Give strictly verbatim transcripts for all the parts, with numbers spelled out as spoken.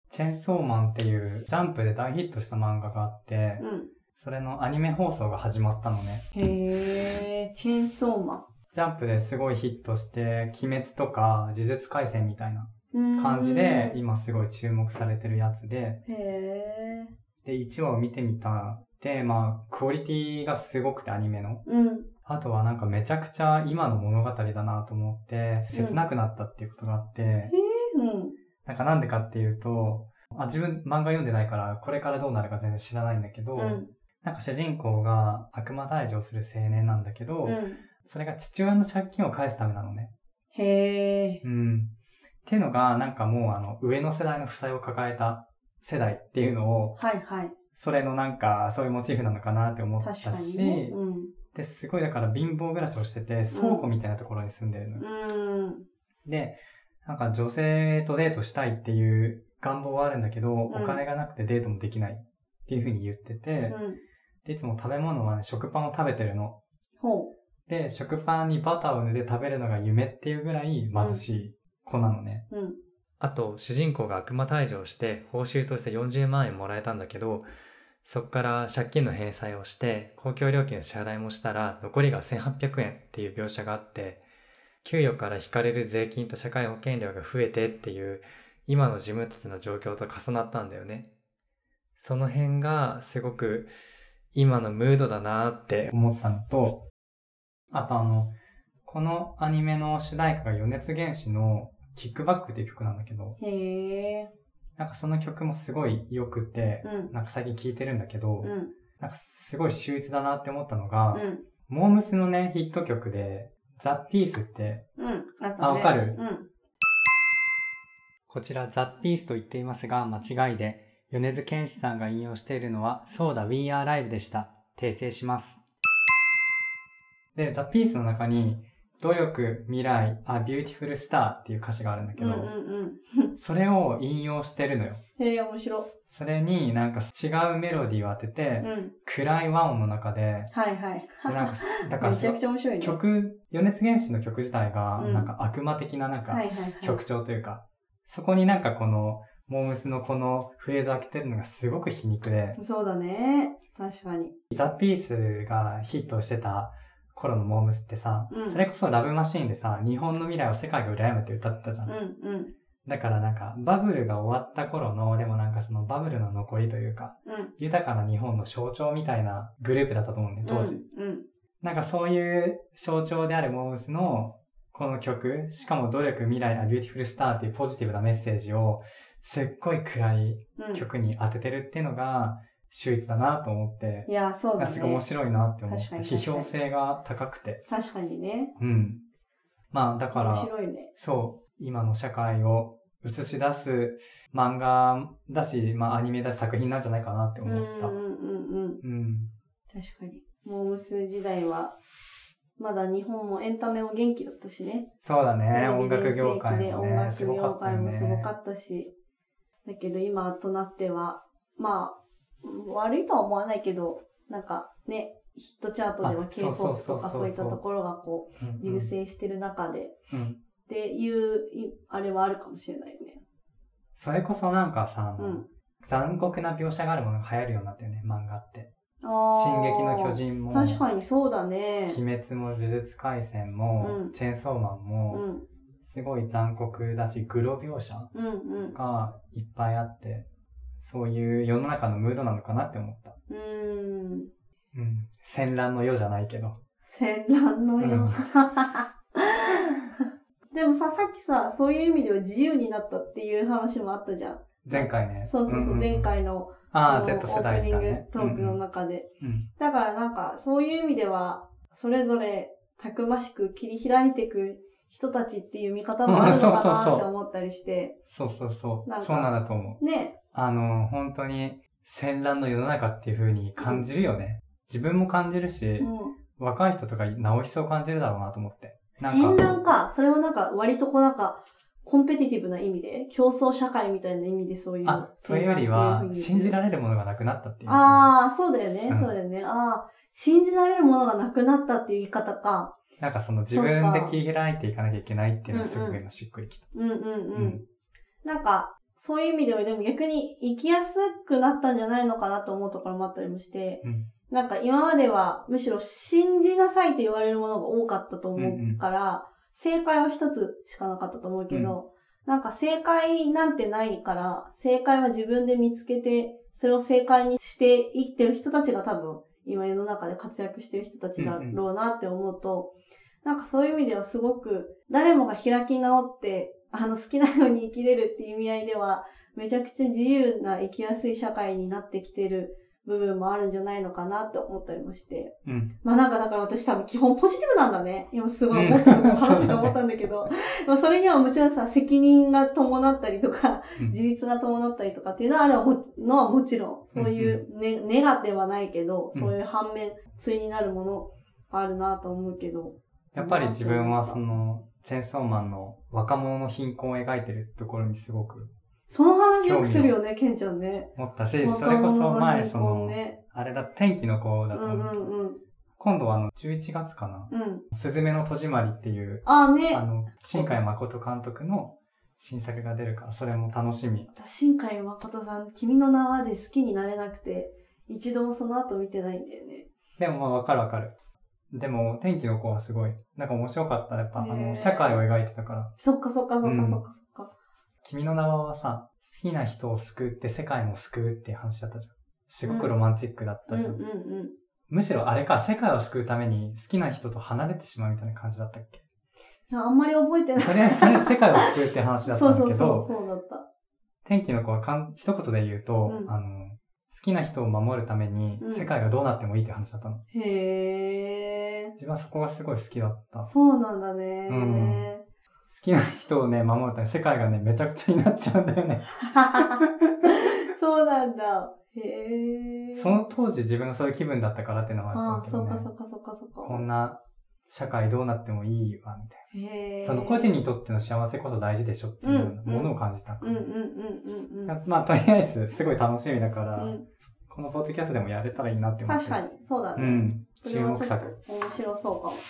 チェーンソーマンっていうジャンプで大ヒットした漫画があって、うん、それのアニメ放送が始まったのね。 へー、チェーンソーマン。 ジャンプですごいヒットして、鬼滅とか呪術廻戦みたいな感じで、今すごい注目されてるやつで、 へー。で、いちわを見てみた。で、まあ、クオリティがすごくてアニメの。 うん。あとはなんかめちゃくちゃ今の物語だなと思って、切なくなったっていうことがあって、うん、 へー、うん。 なんかなんでかっていうと、あ、自分漫画読んでないからこれからどうなるか全然知らないんだけど、うん、なんか主人公が悪魔退治をする青年なんだけど、うん、それが父親の借金を返すためなのね。 へー。 うん。っていうのがなんかもうあの上の世代の負債を抱えた世代っていうのを、 はいはい。 それのなんかそういうモチーフなのかなって思ったし、 確かにね、うん、 で、すごいだから貧乏暮らしをしてて倉庫みたいなところに住んでるのよ。 うん、で、 なんか女性とデートしたいっていう願望はあるんだけど、うん、お金がなくてデートもできないっていう風に言ってて、うん、で、いつも食べ物はね、食パンを食べてるの。 ほう。 で、食パンにバターを塗って食べるのが夢っていうぐらい貧しい子なのね。 うん。 あと、主人公が悪魔退治をして報酬としてよんじゅうまんえんもらえたんだけど、そこから借金の返済をして公共料金の支払いもしたら残りがせんはっぴゃくえんっていう描写があって、給与から引かれる税金と社会保険料が増えてっていう今の自分たちの状況と重なったんだよね。その辺がすごく今のムードだなって思ったのと、あとあの、このアニメの主題歌が余熱原子のキックバックっていう曲なんだけど、 へー。 なんかその曲もすごい良くて、うん、なんか最近聴いてるんだけど、うん、なんかすごい秀逸だなって思ったのが、うん、モームスのね、ヒット曲で、ザ・ピースって、 うん、あったね。 あ、わかる？ うん。 こちらザ・ピースと言っていますが、間違いで、米津玄師さんが引用しているのは、そうだ、We Are Live でした。訂正します。で、ザ・ピースの中に、努力、未来、A Beautiful Star っていう歌詞があるんだけど、 うんうんうん、 それを引用してるのよ。 へえ、面白い。 それになんか違うメロディーを当てて、うん、暗い和音の中で、 はいはい。 でなんかだからめちゃくちゃ面白いね。 曲、余熱原子の曲自体が、なんか悪魔的ななんか曲調というか、そこになんかこの、モームスのこのフレーズを開けてるのがすごく皮肉で。 そうだね。確かに。 ザ・ピースがヒットしてた頃のモームスってさ、うん、それこそラブマシーンでさ、日本の未来を世界が羨むって歌ってたじゃん。 うんうん。 だからなんかバブルが終わった頃の、でもなんかそのバブルの残りというか、うん、豊かな日本の象徴みたいなグループだったと思うね、当時。 うんうん、 なんかそういう象徴であるモームスのこの曲、しかも努力、未来、A Beautiful Star っていうポジティブなメッセージをすっごい暗い曲に当ててるっていうのが秀逸だなと思って。 いや、そうだね。 すごい面白いなって思った。批評性が高くて。 確かにね。 うん。まあだから、 面白いね。 そう、今の社会を映し出す漫画だし、まあアニメだし作品なんじゃないかなって思った。 うんうんうんうん。 うん。 確かに。モームス時代は、まだ日本もエンタメも元気だったしね。 そうだね。音楽業界もね。 音楽業界もすごかったし。だけど今となっては、まあ、悪いとは思わないけど、なんかね、ヒットチャートでは K-ポップ とかそういったところがこう、優勢してる中で、うんうん、っていう、あれはあるかもしれないよね。 それこそなんかさ、うん、残酷な描写があるものが流行るようになったよね、漫画って。進撃の巨人も。 確かにそうだね。 鬼滅も呪術廻戦も、うん、チェーンソーマンも、うん、すごい残酷だし、グロ描写がいっぱいあって、そういう世の中のムードなのかなって思った。 うーん。 うん。戦乱の世じゃないけど。 戦乱の世。うん、でもさ、さっきさ、そういう意味では自由になったっていう話もあったじゃん。 前回ね。 そうそうそう、うんうん、前回の、 ああ、Z 世代、 ね、オープニングトークの中で、うんうん。だからなんか、そういう意味では、それぞれたくましく切り開いていく人たちっていう見方もあるのかなって思ったりして。 そうそうそう。そうなんだと思う。 ね。 あの、本当に戦乱の世の中っていう風に感じるよね。うん、自分も感じるし、うん、若い人とかなお一層感じるだろうなと思って。 戦乱か。それはなんか割とこうなんか、コンペティティブな意味で、競争社会みたいな意味でそういう。 あ、それよりは、信じられるものがなくなったっていう。 ああ、そうだよね、うん、そうだよね。ああ、信じられるものがなくなったっていう言い方か。 なんかその自分で切り開いていかなきゃいけないっていうのがすごく今しっくりきた。 うんうんうん。うん、なんか、 そういう意味ではでも逆に生きやすくなったんじゃないのかなと思うところもあったりもして、うん、なんか今まではむしろ信じなさいと言われるものが多かったと思うから、うんうん、正解は一つしかなかったと思うけど、うん、なんか正解なんてないから、正解は自分で見つけて、それを正解にして生きてる人たちが多分今世の中で活躍してる人たちだろうなって思うと、うんうん、なんかそういう意味ではすごく誰もが開き直って、あの好きなように生きれるっていう意味合いでは、めちゃくちゃ自由な生きやすい社会になってきてる部分もあるんじゃないのかなって思ったりもして。うん、まあなんかだから私多分基本ポジティブなんだね。今すごい思ってた話が思ったんだけど。まあそれにはもちろんさ、責任が伴ったりとか、うん、自立が伴ったりとかっていうのはあるのはもちろん、そういうネ、うんうん、ネガではないけど、そういう反面、対になるものがあるなと思うけど。 やっぱり自分はその、チェンソーマンの若者の貧困を描いてるところにすごくその話よくするよね、ケンちゃんね。 思ったし、それこそ前、その、あれだ、天気の子だと思うけど、うんうんうん、今度はあの、じゅういちがつかな、うん、すずめの戸締まりっていう、 あ, ね、 あの、新海誠監督の新作が出るから、それも楽しみ。 新海誠さん、君の名はで好きになれなくて、一度もその後見てないんだよね。 でもまあわかるわかる。でも、天気の子はすごい、なんか面白かった。やっぱ、あの、社会を描いてたから。 そっかそっかそっかそっかそっか。 君の名はさ、好きな人を救って世界も救うっていう話だったじゃん。すごくロマンチックだったじゃん。うんうんうんうん、むしろあれか、世界を救うために好きな人と離れてしまうみたいな感じだったっけ？ いや、あんまり覚えてない。 とりあえず世界を救うって話だったんだけど、 そうそうそう、そうだった。 天気の子はかん一言で言うと、うん、あの、好きな人を守るために世界がどうなってもいいって話だったの。 うん、へー。 自分はそこがすごい好きだった。 そうなんだね、うん。 好きな人をね、守るために世界がね、めちゃくちゃになっちゃうんだよね。 そうなんだ。へー。 その当時自分がそういう気分だったからっていうのはあったけどね。ああ、そうかそうかそうかそうか。 こんな社会どうなってもいいわ、みたいな。へー。その個人にとっての幸せこそ大事でしょっていうようなものを感じたから。うんうんうんうんうん。まあ、とりあえず、すごい楽しみだから、うん、このポッドキャストでもやれたらいいなって思って。 確かに、そうだね。 うん。注目作。 面白そうかも。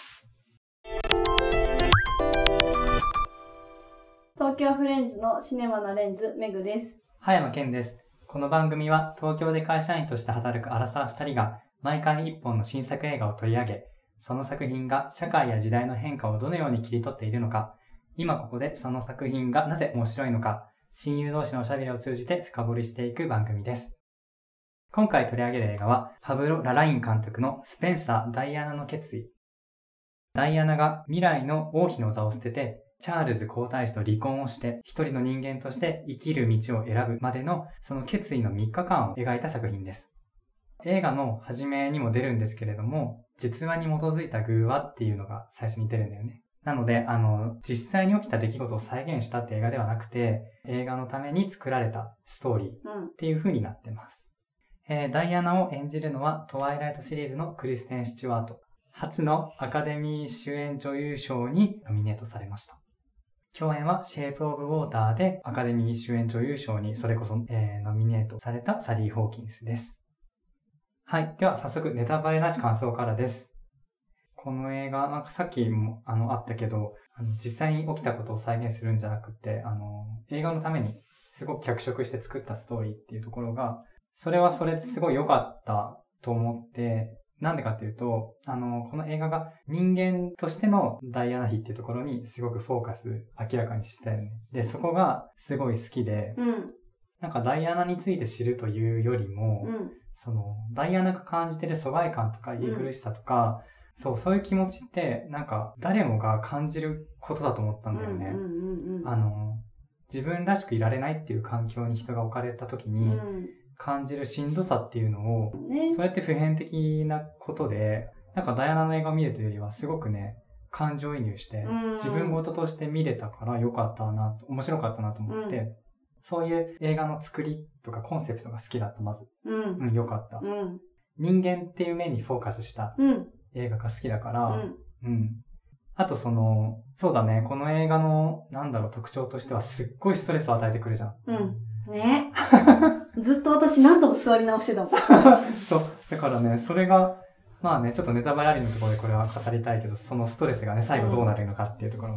東京フレンズのシネマのレンズ、メグです。 葉山健です。この番組は東京で会社員として働くアラサー二人が毎回一本の新作映画を取り上げ、その作品が社会や時代の変化をどのように切り取っているのか、今ここでその作品がなぜ面白いのか、親友同士のおしゃべりを通じて深掘りしていく番組です。今回取り上げる映画は、パブロ・ラライン監督のスペンサー・ダイアナの決意。ダイアナが未来の王妃の座を捨てて、チャールズ皇太子と離婚をして一人の人間として生きる道を選ぶまでのその決意のみっかかんを描いた作品です。映画の初めにも出るんですけれども、実話に基づいた偶話っていうのが最初に出るんだよね。なので、あの、実際に起きた出来事を再現したって映画ではなくて、映画のために作られたストーリーっていう風になってます。うんえー、ダイアナを演じるのはトワイライトシリーズのクリステン・スチュワート。初のアカデミー主演女優賞にノミネートされました。共演はシェイプオブウォーターでアカデミー主演女優賞にそれこそ、えー、ノミネートされたサリー・ホーキンスです。はい。では早速ネタバレなし感想からです。この映画、なんかさっきもあのあったけど、あの実際に起きたことを再現するんじゃなくて、あの映画のためにすごく脚色して作ったストーリーっていうところが、それはそれですごい良かったと思って、なんでかっていうと、あの、この映画が人間としてのダイアナ妃っていうところにすごくフォーカス明らかにしてたよね。で、そこがすごい好きで、うん、なんかダイアナについて知るというよりも、うん、その、ダイアナが感じてる疎外感とか家苦しさとか、うん、そう、そういう気持ちって、なんか誰もが感じることだと思ったんだよね。あの、自分らしくいられないっていう環境に人が置かれた時に、うん感じるしんどさっていうのを、ね、そうやって普遍的なことで、なんかダイアナの映画を見るというよりはすごくね、感情移入して、自分事として見れたから良かったな、面白かったなと思って、うん、そういう映画の作りとかコンセプトが好きだった、まず。うん。うん、良かった、うん。人間っていう面にフォーカスした映画が好きだから、うん。うん、あとその、そうだね、この映画の、なんだろう、特徴としてはすっごいストレスを与えてくるじゃん。 うん。ねずっと私何度も座り直してたもん。 そう。だからね、それが、まあね、ちょっとネタバレありのところでこれは語りたいけど、そのストレスがね、最後どうなるのかっていうところも、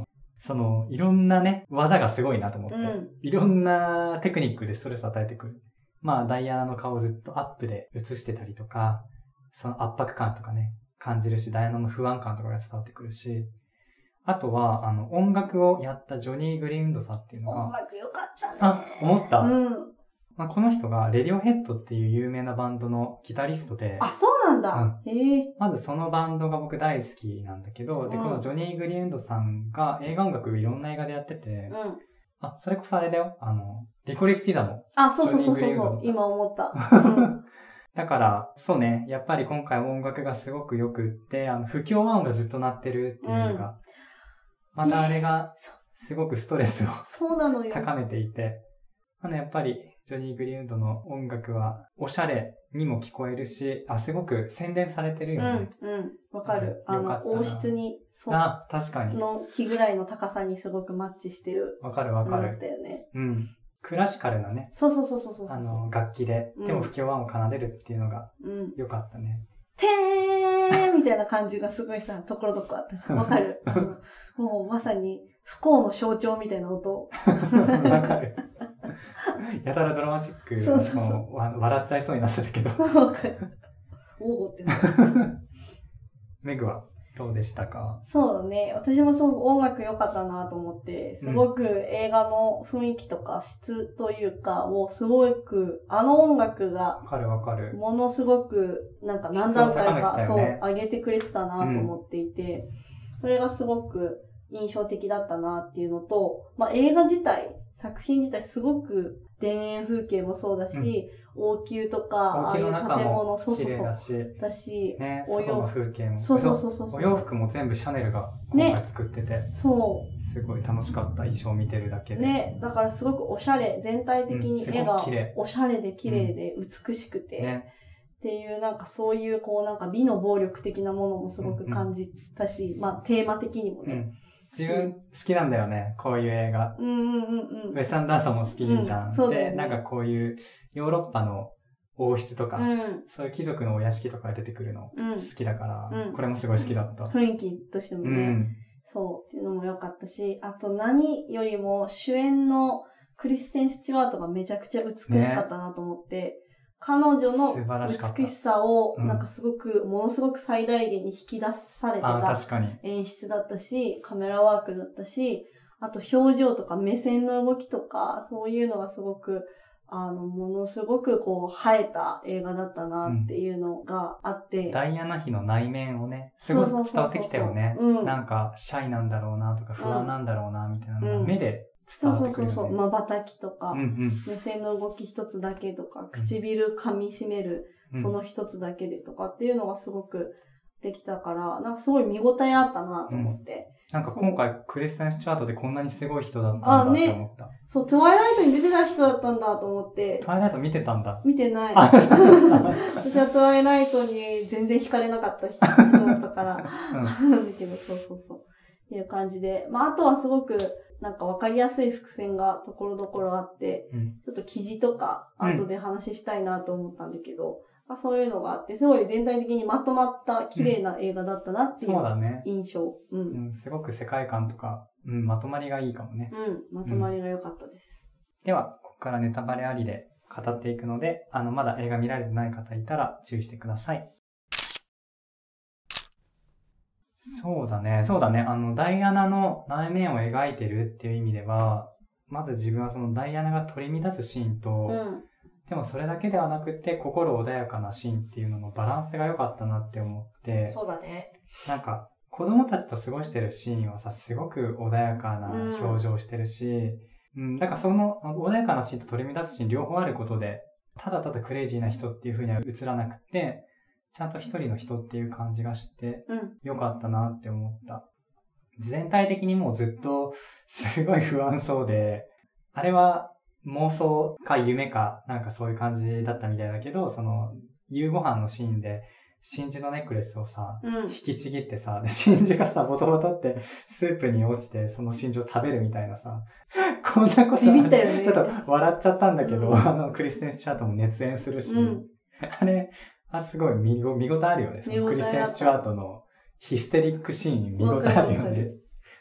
その、いろんなね、技がすごいなと思って。 うん、 いろんなテクニックでストレスを与えてくる。まあ、ダイアナの顔をずっとアップで映してたりとか、その圧迫感とかね、感じるし、ダイアナの不安感とかが伝わってくるし、あとは、あの、音楽をやったジョニー・グリーンウッドさんっていうのが、 音楽良かったね。 あ、思った。 うん。 まあ、この人が、レディオヘッドっていう有名なバンドのギタリストで、 あ、そうなんだ。うん、へえ。 まずそのバンドが僕大好きなんだけど、うん、で、このジョニー・グリーンウッドさんが映画音楽いろんな映画でやってて、うん、あ、それこそあれだよ、あの、リコリスピザも。 あ、そうそうそうそうそう、今思った。うん、 だから、そうね、やっぱり今回音楽がすごく良くって、あの、不協和音がずっと鳴ってるっていうのが、うん、またあれが、すごくストレスをそうなのよ高めていて、あの、やっぱり、ジョニー・グリーンウッドの音楽は、おしゃれにも聞こえるし、あ、すごく洗練されてるよね。 うん、うん、わかる。あの、王室に、 そう。あ、確かに。 の木ぐらいの高さにすごくマッチしてる。 わかるわかる。 だったよね。 うん。クラシカルなね。 そうそうそうそうそうそう。 あの、楽器で、でも不協和音を奏でるっていうのが、良かったね。 てーみたいな感じがすごいさ、ところどころあったし、わかる。あのもうまさに不幸の象徴みたいな音。 わかる。やたらドラマチック。 そうそうそう。 笑っちゃいそうになってたけど。 わかる。おおってなる。 メグはどうでしたか？ そうだね。私もすごく音楽良かったなと思って、すごく映画の雰囲気とか質というか、もうすごく、あの音楽が、 わかるわかる。 ものすごく、なんか何段階か、ね、そう、上げてくれてたなと思っていて、うん、それがすごく印象的だったなっていうのと、まあ映画自体、作品自体すごく田園風景もそうだし、うん、王宮とか、ああいう建物、そうそうそう。だし、 ね、外の風景も。 そうそうそうそうそう。 お洋服も全部シャネルが今回作ってて、ね、 そう。 すごい楽しかった、衣装見てるだけで。 ね、だからすごくおしゃれ、全体的に絵がおしゃれで綺麗で美しくて、うんね、っていうなんかそういうこうなんか美の暴力的なものもすごく感じたし、うんうん、まあテーマ的にもね。うん自分好きなんだよね、こういう映画。 うんうんうんうん。 ウェス・アンダーソンも好きじゃん。うん、そうだよね。で、なんかこういうヨーロッパの王室とか、うん、そういう貴族のお屋敷とかが出てくるの好きだから、うん、これもすごい好きだった。 雰囲気としてもね、うん、そうっていうのも良かったし、あと何よりも主演のクリステン・スチュワートがめちゃくちゃ美しかったなと思って、ね、彼女の美しさを、なんかすごく、ものすごく最大限に引き出されてた演出だったし、カメラワークだったし、あと表情とか目線の動きとか、そういうのがすごく、あの、ものすごくこう、映えた映画だったなっていうのがあって。 うん、ダイアナ妃の内面をね、すごい伝わってきたよね。なんか、シャイなんだろうなとか、不安なんだろうな、みたいなのが目で、 そうそうそうそう。瞬きとか、うんうん、目線の動き一つだけとか、唇噛み締める、その一つだけでとかっていうのがすごくできたから、なんかすごい見応えあったなと思って。 うん、なんか今回クリステン・スチュワートでこんなにすごい人だったんだって思った。あ、ね、 そう、トワイライトに出てた人だったんだと思って。 トワイライト見てたんだ。 見てない。私はトワイライトに全然惹かれなかった人だったから、うん、なんだけど、そうそうそう。っていう感じで。まあ、あとはすごく、なんかわかりやすい伏線がところどころあって、うん、ちょっと記事とか後で話したいなと思ったんだけど、うんまあ、そういうのがあって、すごい全体的にまとまった綺麗な映画だったなっていう印象。 うん、そうだね。うん。うん、すごく世界観とか、うん、まとまりがいいかもね。 うん、まとまりが良かったです。 うん、では、ここからネタバレありで語っていくので、あの、まだ映画見られてない方いたら注意してください。そうだね。そうだね。あの、ダイアナの内面を描いてるっていう意味では、まず自分はそのダイアナが取り乱すシーンと、うん、でもそれだけではなくて、心穏やかなシーンっていうののバランスが良かったなって思って、 そうだね。 なんか、子供たちと過ごしてるシーンはさ、すごく穏やかな表情してるし、うん、うん、だからその穏やかなシーンと取り乱すシーン両方あることで、ただただクレイジーな人っていう風には映らなくて、ちゃんと一人の人っていう感じがして、良かったなって思った。うん、全体的にもうずっと、すごい不安そうで、あれは妄想か夢か、なんかそういう感じだったみたいだけど、その、夕ご飯のシーンで、真珠のネックレスをさ、うん、引きちぎってさ、で真珠がさ、ボトボトってスープに落ちて、その真珠を食べるみたいなさ、こんなことビビったよね。 ちょっと笑っちゃったんだけど、うん、あの、クリステン・スチュワートも熱演するし、うん、あれ、あ、すごい見ご、見応えあるよね。そのクリステン・スチュワートのヒステリックシーン見応えあるよね。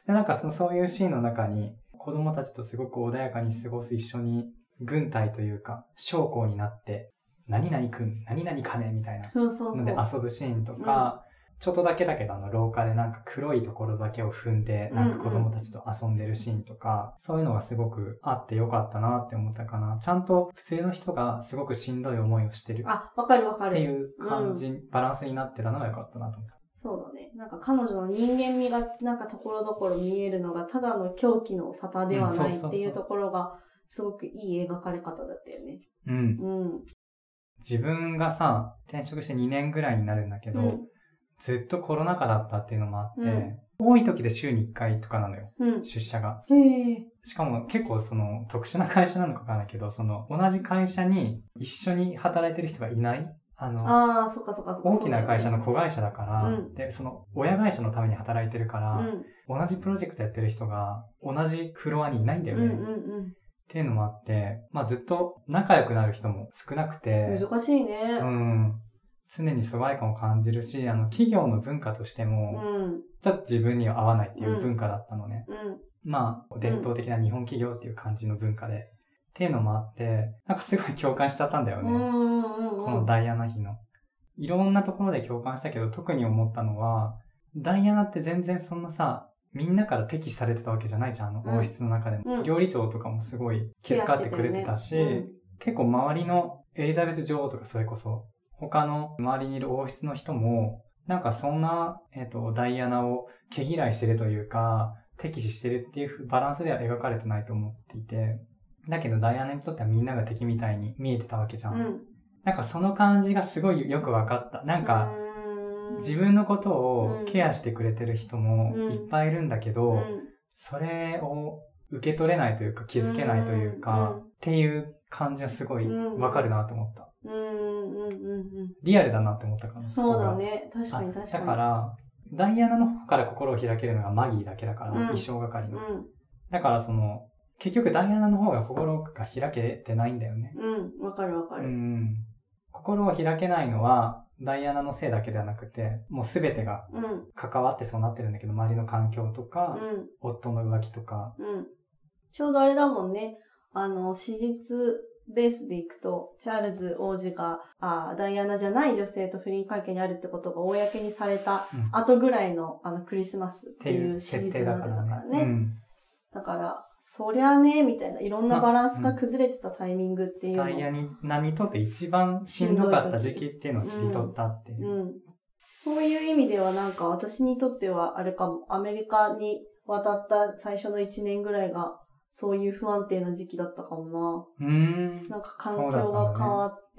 で、なんかそのそういうシーンの中に、子供たちとすごく穏やかに過ごす、一緒に軍隊というか、将校になって、何々くん、何々かねみたいなそうそうそうので遊ぶシーンとか、うん、ちょっとだけだけどあの廊下でなんか黒いところだけを踏んで、なんか子供たちと遊んでるシーンとか、うんうん、そういうのがすごくあってよかったなって思ったかな。ちゃんと普通の人がすごくしんどい思いをしてる。 あ、わかるわかる。 っていう感じ、うん、バランスになってたのがよかったなと思った。 そうだね。なんか彼女の人間味がなんかところどころ見えるのがただの狂気の沙汰ではないっていうところがすごくいい描かれ方だったよね。 うん。うん。自分がさ、転職してにねんぐらいになるんだけど、うん、ずっとコロナ禍だったっていうのもあって、うん、多い時で週にいっかいとかなのよ。うん、出社が。 へー。 しかも結構その特殊な会社なのかわかんないけど、その同じ会社に一緒に働いてる人がいないあの、 あそっかそっかそっか大きな会社の子会社だから、うん、で、その親会社のために働いてるから、うん、同じプロジェクトやってる人が同じフロアにいないんだよね。 うんうんうん、 っていうのもあって、まあずっと仲良くなる人も少なくて。 難しいね。 うん。常に疎外感を感じるし、あの、企業の文化としても、うん、ちょっと自分には合わないっていう文化だったのね。うん、まあ、伝統的な日本企業っていう感じの文化で。っていうのもあって、なんかすごい共感しちゃったんだよね。 うんうんうん、 このダイアナ妃の。いろんなところで共感したけど、特に思ったのは、ダイアナって全然そんなさ、みんなから敵視されてたわけじゃないじゃん、あの王室の中でも。うん、料理長とかもすごい気遣ってくれてたし、ねうん、結構周りのエリザベス女王とかそれこそ、他の周りにいる王室の人も、なんかそんな、えっと、ダイアナを毛嫌いしてるというか、敵視してるっていうバランスでは描かれてないと思っていて、だけどダイアナにとってはみんなが敵みたいに見えてたわけじゃん。うん、なんかその感じがすごいよくわかった。なんか、自分のことをケアしてくれてる人もいっぱいいるんだけど、うん、それを受け取れないというか気づけないというか、うん、っていう感じはすごいわかるなと思った。 うんうんうんうん、 リアルだなって思ったかな。 そうだね。確かに確かに。 だから、ダイアナの方から心を開けるのがマギーだけだから、うん、衣装係の、うん。だからその、結局ダイアナの方が心が開けてないんだよね。 うん、わかるわかる。 うん。心を開けないのは、ダイアナのせいだけではなくて、もうすべてが関わってそうなってるんだけど、周りの環境とか、うん、夫の浮気とか、 うん。ちょうどあれだもんね。あの、史実ベースでいくと、チャールズ王子が、あダイアナじゃない女性と不倫関係にあるってことが公にされた後ぐらいの、うん、あのクリスマスっていう史実になってたからね。うん、だから、そりゃね、みたいな、いろんなバランスが崩れてたタイミングっていうの、 まあうん、ダイアナにとって一番しんどかった時期っていうのを切り取ったっていう、 うんうん。そういう意味ではなんか私にとってはあれかも、アメリカに渡った最初のいちねんぐらいがそういう不安定な時期だったかもな。うーん。 なんか環境が変わって、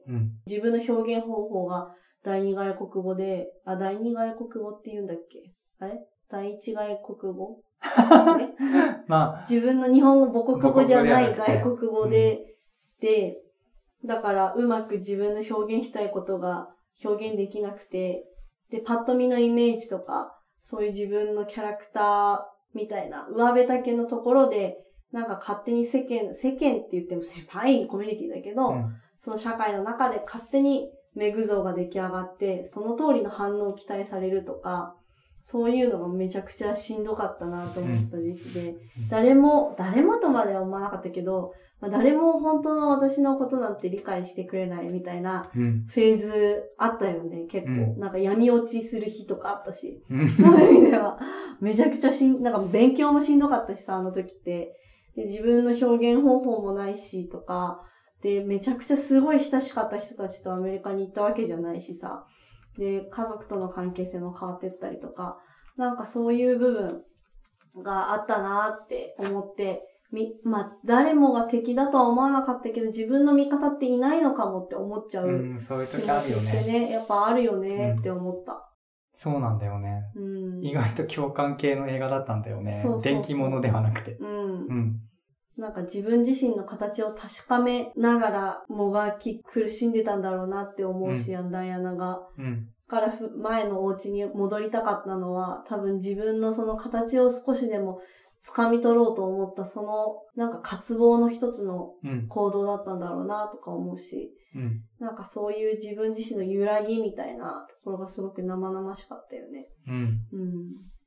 ねうん、自分の表現方法が第二外国語で、あ、第二外国語って言うんだっけあれ第一外国語まあ、自分の日本語母国語じゃない外国語で、うん、で、だからうまく自分の表現したいことが表現できなくて、で、パッと見のイメージとか、そういう自分のキャラクターみたいな上辺だけのところで、なんか勝手に世間、世間って言っても狭いコミュニティだけど、うん、その社会の中で勝手にメグ像が出来上がって、その通りの反応を期待されるとか、そういうのがめちゃくちゃしんどかったなと思ってた時期で、うん、誰も、誰もとまでは思わなかったけど、まあ、誰も本当の私のことなんて理解してくれないみたいなフェーズあったよね、結構。うん、なんか闇落ちする日とかあったし。そういう意味では、めちゃくちゃしん、なんか勉強もしんどかったしさ、あの時って。で、自分の表現方法もないしとか、で、めちゃくちゃすごい親しかった人たちとアメリカに行ったわけじゃないしさ。で、家族との関係性も変わってったりとか、なんかそういう部分があったなって思って、み、まあ、誰もが敵だとは思わなかったけど、自分の味方っていないのかもって思っちゃう気持ちってね、うん、やっぱあるよねって思った。うん、 そうなんだよね、うん。意外と共感系の映画だったんだよね。そうそうそう電気物ではなくて。うん。うんなんか自分自身の形を確かめながらもがき苦しんでたんだろうなって思うし、うん、ダイアナが。うん。から前のお家に戻りたかったのは、多分自分のその形を少しでも掴み取ろうと思ったそのなんか渇望の一つの行動だったんだろうなとか思うし、うん、なんかそういう自分自身の揺らぎみたいなところがすごく生々しかったよね。うん。うん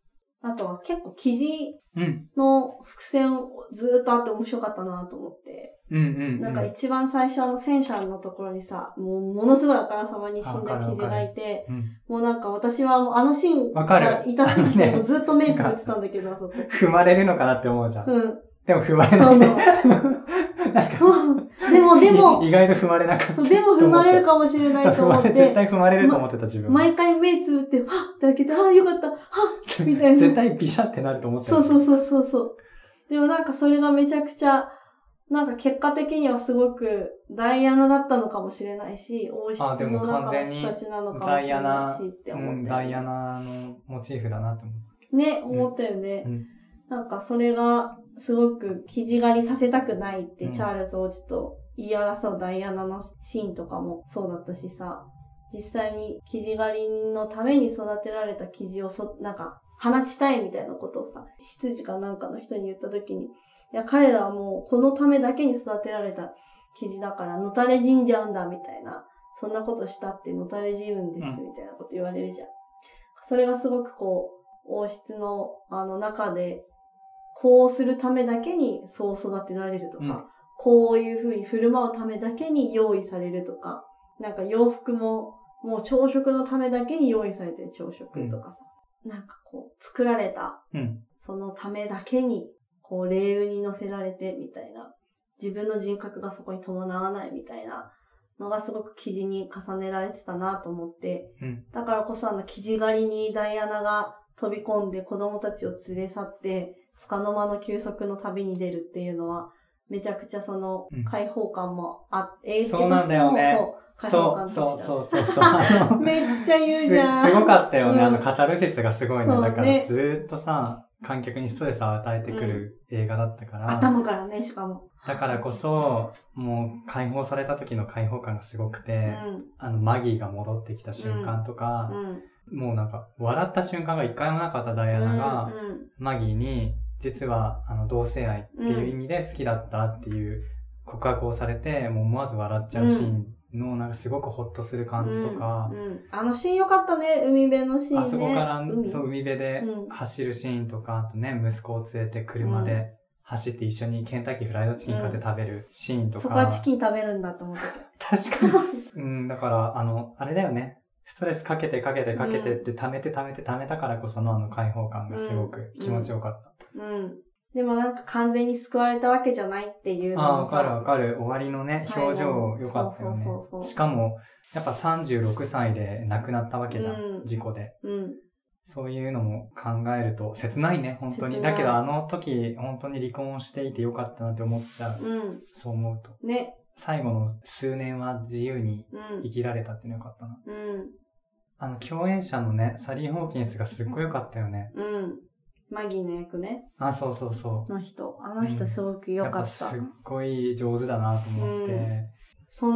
あとは結構記事うん。 の伏線をずーっとあって面白かったなと思って。 うんうんうん。 なんか一番最初あの戦車のところにさ、もうものすごいあからさまに死んだ記事がいて、 うん、 もうなんか私はもうあのシーンわかるが痛すぎて、 ねもうずっと目つぶってたんだけど、あそこ。 踏まれるのかなって思うじゃん。 うん。 でも踏まれない。 そうなの。 なんかでもでも、 意外と踏まれなかった。 そう、でも踏まれるかもしれないと思って。 絶対踏まれると思ってた自分。 毎回目つぶって、はっって開けて、ああ、よかった、はっみたいな。 絶対ビシャってなると思ってた。 そうそうそうそうそう。でもなんかそれがめちゃくちゃ、なんか結果的にはすごくダイアナだったのかもしれないし、王室の中の人たちなのかもしれないしって思って、ね。 ダイアナのモチーフだなって思う。ね、思ったよね。 うん、 なんかそれがすごく生地狩りさせたくないって、うん、チャールズ王子と言い争うダイアナのシーンとかもそうだったしさ、実際に生地狩りのために育てられた生地をそ、なんか放ちたいみたいなことをさ、執事かなんかの人に言った時に、いや、彼らはもうこのためだけに育てられた生地だから、のたれ死んじゃうんだみたいな、そんなことしたってのたれ死ぬんですみたいなこと言われるじゃん。うん、それがすごくこう、王室のあの中で、こうするためだけにそう育てられるとか、うん、こういう風に振る舞うためだけに用意されるとか、なんか洋服ももう朝食のためだけに用意されてる朝食とかさ、うん、なんかこう作られた、うん、そのためだけにこうレールに乗せられてみたいな、自分の人格がそこに伴わないみたいなのがすごく記事に重ねられてたなと思って、うん、だからこそあの記事狩りにダイアナが飛び込んで子供たちを連れ去って束の間の休息の旅に出るっていうのはめちゃくちゃその開放感もあって、映画としてもそう、開放感としてそうそうそうそうめっちゃ言うじゃん。 す, すごかったよね、うん、あのカタルシスがすごいね。 ねだからずーっとさ、観客にストレスを与えてくる映画だったから、うん、 頭からね、しかもだからこそもう解放された時の解放感がすごくて、うん、あのマギーが戻ってきた瞬間とか、うんうん、もうなんか笑った瞬間が一回もなかったダイアナが、うんうん、マギーに実はあの同性愛っていう意味で好きだったっていう告白をされて、もう思わず笑っちゃうシーンのなんかすごくホッとする感じとか、 うんうん、あのシーンよかったね、海辺のシーンね。 あそこから海、そう海辺で走るシーンとか、あとね息子を連れて車で走って一緒にケンタッキーフライドチキン買って食べるシーンとか、 うん、そこはチキン食べるんだと思ってた。確かに、うん、だからあのあれだよね。ストレスかけてかけてかけてって溜めて溜めて溜めたからこそのあの解放感がすごく気持ちよかった。 うん。うんうん、でもなんか完全に救われたわけじゃないっていうのもさ。 ああ、わかるわかる。終わりのね、表情良かったよね。そうそうそうそう。しかも、やっぱさんじゅうろくさいで亡くなったわけじゃん。うん、事故で。うん。そういうのも考えると、切ないね、本当に。だけどあの時、本当に離婚していてよかったなって思っちゃう。うん。そう思うと。ね。最後の数年は自由に生きられたっていうのよかったな。うん。あの、共演者のね、サリー・ホーキンスがすっごい良かったよね。 うん。マギーの役ね。 あ、そうそうそう。 の人。あの人すごく良かった。うん、 すっごい上手だなと思って。うん、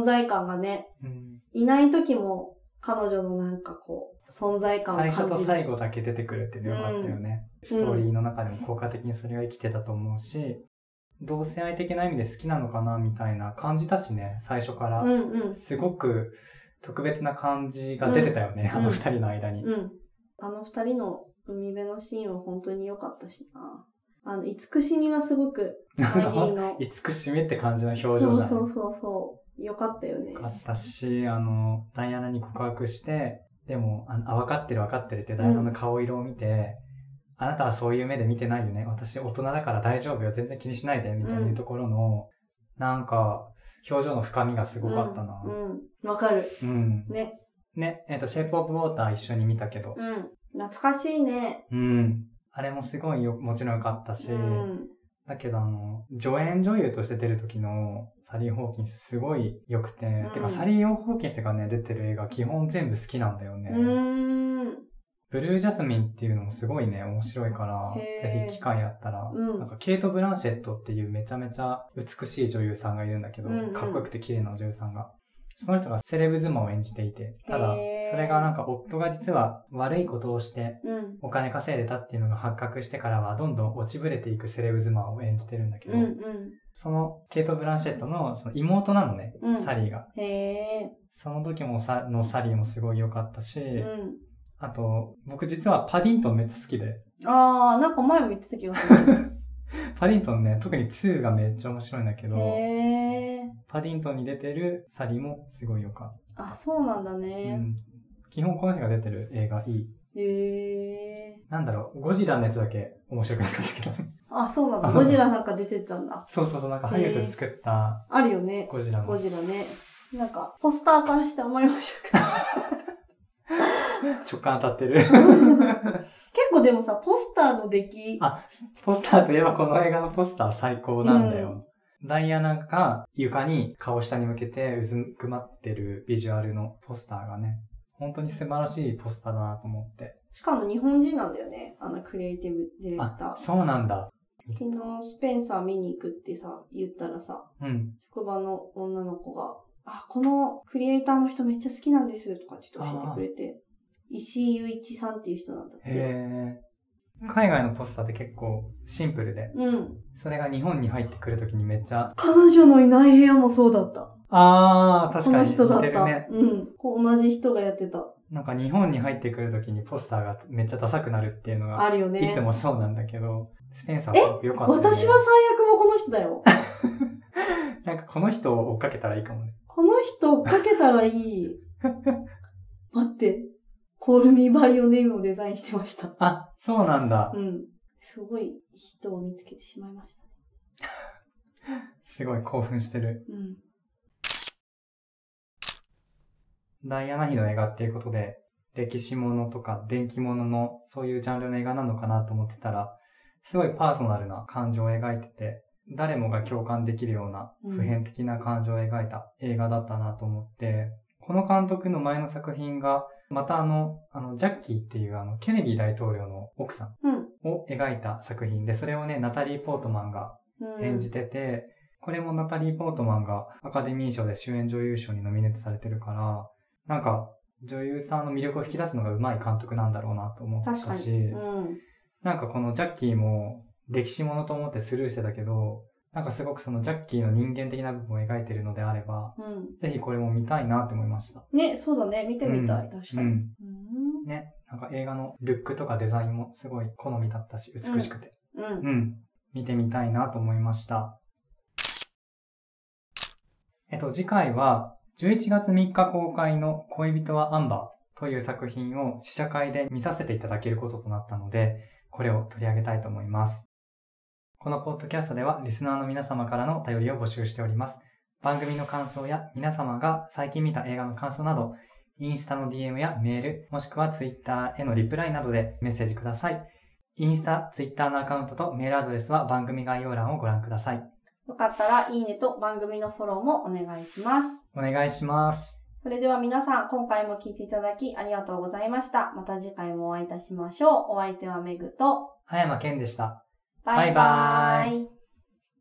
存在感がね、うん。いない時も彼女のなんかこう、存在感を感じる。 最初と最後だけ出てくるっていうの良かったよね。うん、ストーリーの中でも効果的にそれは生きてたと思うし、同性愛的な意味で好きなのかなみたいな感じたしね、最初から。うんうん、すごく特別な感じが出てたよね、うん、あの二人の間に。うん、 あの二人の海辺のシーンは本当に良かったしな。あの、慈しみがすごく、マギーの。 慈しみって感じの表情じゃない。 そうそうそうそう。良かったよね。 良かったし、あの、ダイアナに告白して、でも、あの、あ、分かってる分かってるってダイアナの顔色を見て、うん、あなたはそういう目で見てないよね。私大人だから大丈夫よ。全然気にしないで。みたいなところの、うん、なんか、表情の深みがすごかったな。 うん。わ、うん、かる。うん。ね。 ね、えっと、シェイプオブウォーター一緒に見たけど。 うん。懐かしいね。 うん。あれもすごいよ、もちろん良かったし、うん、だけどあの、助演女優として出る時のサリー・ホーキンスすごい良くて、うん、てかサリー・ホーキンスがね、出てる映画基本全部好きなんだよね。うーん。ブルージャスミンっていうのもすごいね、面白いから、ぜひ機会あったら、うん、なんかケイト・ブランシェットっていうめちゃめちゃ美しい女優さんがいるんだけど、うんうん、かっこよくて綺麗な女優さんが。その人がセレブ妻を演じていて、ただ、それがなんか夫が実は悪いことをしてお金稼いでたっていうのが発覚してからはどんどん落ちぶれていくセレブ妻を演じてるんだけど、うんうん、そのケイト・ブランシェットのその妹なのね、うん、サリーが。へー。その時もさのサリーもすごい良かったし、うん、 あと、僕実はパディントンめっちゃ好きで。 あー、なんか前も言ってた気がする。 パディントンね、特ににがめっちゃ面白いんだけど、 へー。 パディントンに出てるサリもすごい良かった。 あ、そうなんだうね。 ん。基本この人が出てる映画いい。 へー。 なんだろう、ゴジラのやつだけ面白くなかったけどね。 あ、そうなんだ。ゴジラなんか出てたんだ。 そうそうそう、なんかハリウッドで作ったあるよね。 ゴジラの。 ゴジラね。なんか、ポスターからしてあんまり面白くない。 直感当たってる。 結構でもさ、ポスターの出来。 あ、ポスターといえばこの映画のポスター最高なんだよ。うん、ダイアナが床に顔下に向けてうずくまってるビジュアルのポスターがね、本当に素晴らしいポスターだなと思って。 しかも日本人なんだよね。あのクリエイティブディレクター。 あ、そうなんだ。 昨日スペンサー見に行くってさ、言ったらさ、 うん、 職場の女の子が、あ、このクリエイターの人めっちゃ好きなんですとかって言って教えてくれて、石井雄一さんっていう人なんだって。 へー。海外のポスターって結構シンプルで、 うん。 それが日本に入ってくるときにめっちゃ。 彼女のいない部屋もそうだった。 あー、確かに似てるね。 この人だった。うん。同じ人がやってた。 なんか日本に入ってくるときにポスターがめっちゃダサくなるっていうのが、 あるよね。 いつもそうなんだけど、スペンサーすごく良かった、ね。 私は最悪もこの人だよ。 なんかこの人を追っかけたらいいかもね。 この人追っかけたらいい。待って。コールミーバイオネームをデザインしてました。 あ、そうなんだ。 うん。すごい人を見つけてしまいましたね。 すごい興奮してる。 うん。 ダイアナ妃の映画っていうことで、歴史ものとか電気もののそういうジャンルの映画なのかなと思ってたら、すごいパーソナルな感情を描いてて、誰もが共感できるような普遍的な感情を描いた映画だったなと思って、うん、この監督の前の作品が、またあの、あの、ジャッキーっていうあの、ケネディ大統領の奥さんを描いた作品で、それをね、ナタリー・ポートマンが演じてて、うん、これもナタリー・ポートマンがアカデミー賞で主演女優賞にノミネートされてるから、なんか、女優さんの魅力を引き出すのが上手い監督なんだろうなと思ったし、 確かに、うん、 なんかこのジャッキーも歴史ものと思ってスルーしてたけど、なんかすごくそのジャッキーの人間的な部分を描いてるのであれば、うん、ぜひこれも見たいなって思いました。 ね、そうだね、見てみたい、うん、確かに、うん。 ね、なんか映画のルックとかデザインもすごい好みだったし、美しくて。うん。うん、見てみたいなと思いました。えっと、次回は、じゅういちがつみっか公開の恋人はアンバーという作品を試写会で見させていただけることとなったので、これを取り上げたいと思います。このポッドキャストではリスナーの皆様からのお便りを募集しております。番組の感想や皆様が最近見た映画の感想など、インスタの ディーエム やメール、もしくはツイッターへのリプライなどでメッセージください。インスタ、ツイッターのアカウントとメールアドレスは番組概要欄をご覧ください。 よかったらいいねと番組のフォローもお願いします。 お願いします。 それでは皆さん、今回も聞いていただきありがとうございました。また次回もお会いいたしましょう。お相手はメグと葉山健でした。 バイバーイ。